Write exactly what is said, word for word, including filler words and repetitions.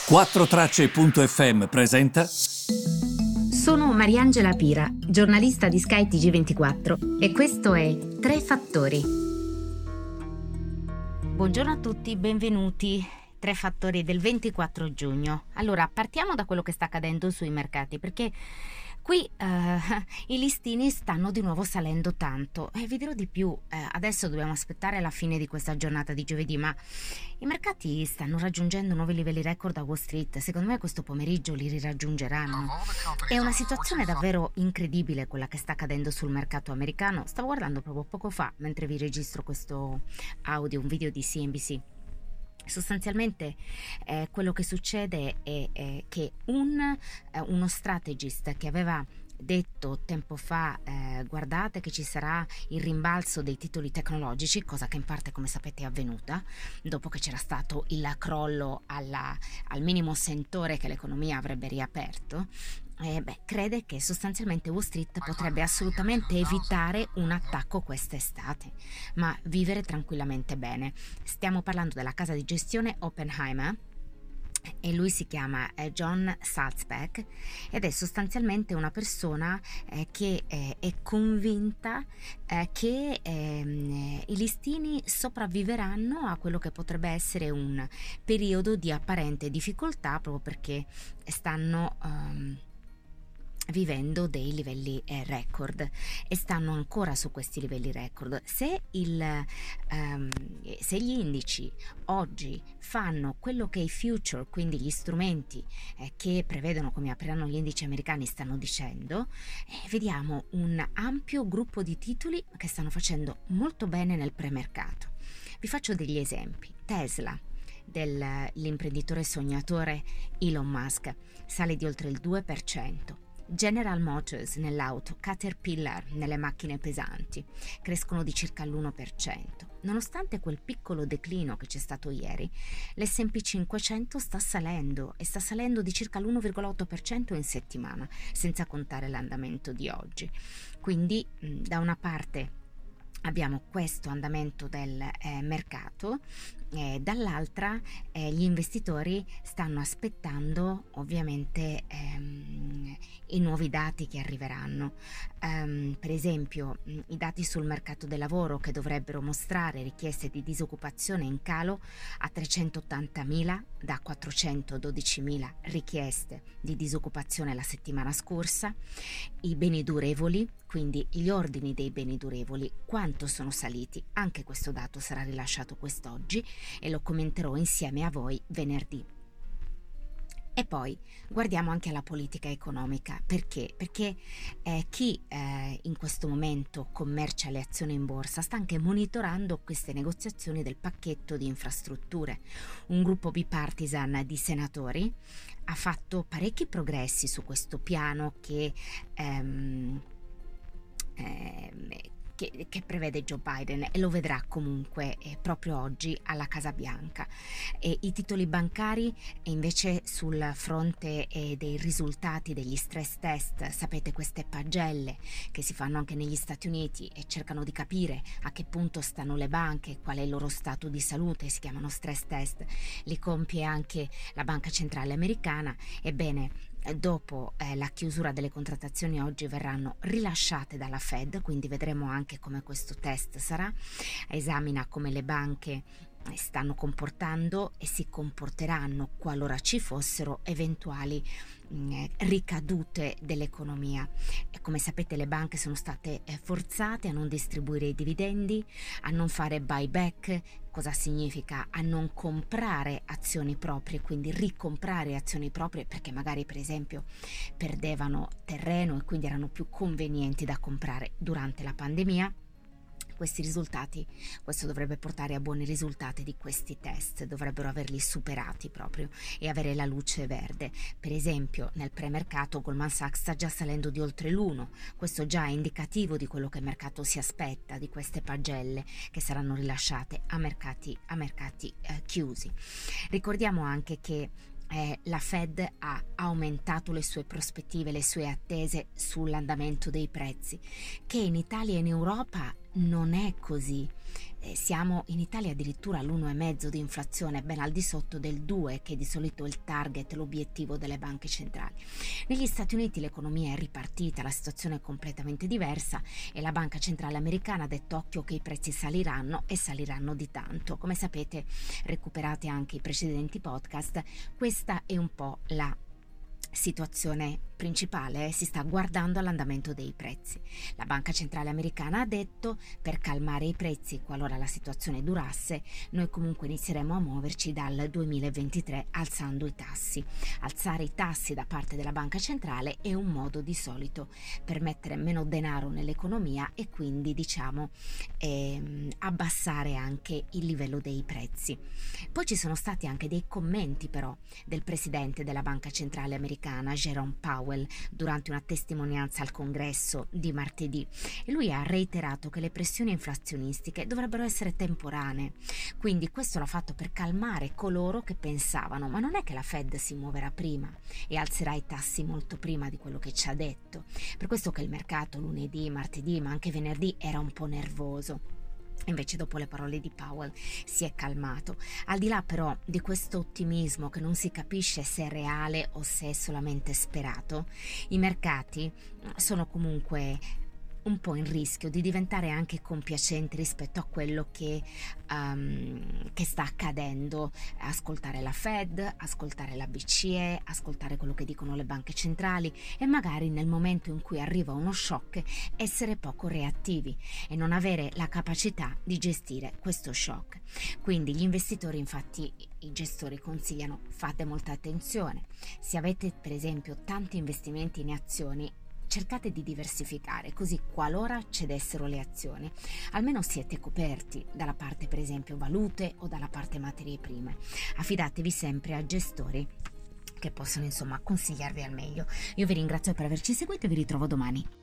quattro tracce punto effe emme presenta. Sono Mariangela Pira, giornalista di Sky T G ventiquattro e questo è Tre Fattori. Buongiorno a tutti, benvenuti. Tre Fattori del ventiquattro giugno. Allora, partiamo da quello che sta accadendo sui mercati, perché qui uh, i listini stanno di nuovo salendo tanto e vi dirò di più, eh, adesso dobbiamo aspettare la fine di questa giornata di giovedì, ma i mercati stanno raggiungendo nuovi livelli record a Wall Street. Secondo me questo pomeriggio li riraggiungeranno. È una situazione davvero incredibile quella che sta accadendo sul mercato americano. Stavo guardando proprio poco fa, mentre vi registro questo audio, un video di C N B C. Sostanzialmente eh, quello che succede è, è che un, eh, uno strategist che aveva detto tempo fa eh, guardate che ci sarà il rimbalzo dei titoli tecnologici, cosa che in parte, come sapete, è avvenuta dopo che c'era stato il crollo alla, al minimo sentore che l'economia avrebbe riaperto. Eh, beh, crede che sostanzialmente Wall Street potrebbe assolutamente evitare un attacco quest'estate, ma vivere tranquillamente bene. Stiamo parlando della casa di gestione Oppenheimer e lui si chiama eh, John Salzberg ed è sostanzialmente una persona eh, che eh, è convinta eh, che ehm, i listini sopravviveranno a quello che potrebbe essere un periodo di apparente difficoltà, proprio perché stanno um, vivendo dei livelli eh, record e stanno ancora su questi livelli record. Se, il, um, se gli indici oggi fanno quello che i future, quindi gli strumenti eh, che prevedono come apriranno gli indici americani, stanno dicendo, eh, vediamo un ampio gruppo di titoli che stanno facendo molto bene nel premercato. Vi faccio degli esempi. Tesla, dell'imprenditore sognatore Elon Musk, sale di oltre il due per cento. General Motors nell'auto, Caterpillar nelle macchine pesanti crescono di circa l'uno per cento. Nonostante quel piccolo declino che c'è stato ieri, l'esse and pi cinquecento sta salendo e sta salendo di circa l'uno virgola otto per cento in settimana, senza contare l'andamento di oggi. Quindi da una parte abbiamo questo andamento del eh, mercato, eh, dall'altra eh, gli investitori stanno aspettando ovviamente ehm, i nuovi dati che arriveranno. Um, per esempio mh, i dati sul mercato del lavoro, che dovrebbero mostrare richieste di disoccupazione in calo a trecentottantamila da quattrocentododicimila richieste di disoccupazione la settimana scorsa, i beni durevoli, quindi gli ordini dei beni durevoli, quanto sono saliti. Anche questo dato sarà rilasciato quest'oggi e lo commenterò insieme a voi venerdì. E poi guardiamo anche alla politica economica. Perché? Perché eh, chi eh, in questo momento commercia le azioni in borsa sta anche monitorando queste negoziazioni del pacchetto di infrastrutture. Un gruppo bipartisan di senatori ha fatto parecchi progressi su questo piano che ehm, Eh, che, che prevede Joe Biden, e lo vedrà comunque eh, proprio oggi alla Casa Bianca. E i titoli bancari invece sul fronte eh, dei risultati degli stress test, sapete, queste pagelle che si fanno anche negli Stati Uniti e cercano di capire a che punto stanno le banche, qual è il loro stato di salute, si chiamano stress test, li compie anche la Banca Centrale Americana. Ebbene, dopo eh, la chiusura delle contrattazioni oggi verranno rilasciate dalla Fed, quindi vedremo anche come questo test sarà. Esamina come le banche stanno comportando e si comporteranno qualora ci fossero eventuali mh, ricadute dell'economia. E come sapete, le banche sono state eh, forzate a non distribuire i dividendi, a non fare buyback. Cosa significa? A non comprare azioni proprie, quindi ricomprare azioni proprie, perché magari per esempio perdevano terreno e quindi erano più convenienti da comprare durante la pandemia. Questi risultati, questo dovrebbe portare a buoni risultati di questi test, dovrebbero averli superati proprio e avere la luce verde. Per esempio nel premercato Goldman Sachs sta già salendo di oltre l'uno, questo già è indicativo di quello che il mercato si aspetta, di queste pagelle che saranno rilasciate a mercati, a mercati eh, chiusi. Ricordiamo anche che eh, la Fed ha aumentato le sue prospettive, le sue attese sull'andamento dei prezzi, che in Italia e in Europa non è così. Eh, siamo in Italia addirittura all'uno virgola cinque di inflazione, ben al di sotto del due, che è di solito il target, l'obiettivo delle banche centrali. Negli Stati Uniti l'economia è ripartita, la situazione è completamente diversa e la banca centrale americana ha detto occhio che i prezzi saliranno e saliranno di tanto. Come sapete, recuperate anche i precedenti podcast, questa è un po' la situazione principale, si sta guardando all'andamento dei prezzi. La Banca Centrale Americana ha detto per calmare i prezzi qualora la situazione durasse, noi comunque inizieremo a muoverci dal duemilaventitré alzando i tassi. Alzare i tassi da parte della Banca Centrale è un modo di solito per mettere meno denaro nell'economia e quindi diciamo ehm, abbassare anche il livello dei prezzi. Poi ci sono stati anche dei commenti però del presidente della Banca Centrale Americana, Jerome Powell, durante una testimonianza al Congresso di martedì, e lui ha reiterato che le pressioni inflazionistiche dovrebbero essere temporanee. Quindi questo l'ha fatto per calmare coloro che pensavano ma non è che la Fed si muoverà prima e alzerà i tassi molto prima di quello che ci ha detto. Per questo che il mercato lunedì, martedì ma anche venerdì era un po' nervoso. Invece dopo le parole di Powell si è calmato. Al di là però di questo ottimismo che non si capisce se è reale o se è solamente sperato, i mercati sono comunque un po' in rischio di diventare anche compiacenti rispetto a quello che, um, che sta accadendo. Ascoltare la Fed, ascoltare la B C E, ascoltare quello che dicono le banche centrali e magari nel momento in cui arriva uno shock essere poco reattivi e non avere la capacità di gestire questo shock. Quindi gli investitori, infatti i gestori consigliano fate molta attenzione. Se avete per esempio tanti investimenti in azioni, cercate di diversificare, così qualora cedessero le azioni, almeno siete coperti dalla parte per esempio valute o dalla parte materie prime. Affidatevi sempre a gestori che possono insomma consigliarvi al meglio. Io vi ringrazio per averci seguito e vi ritrovo domani.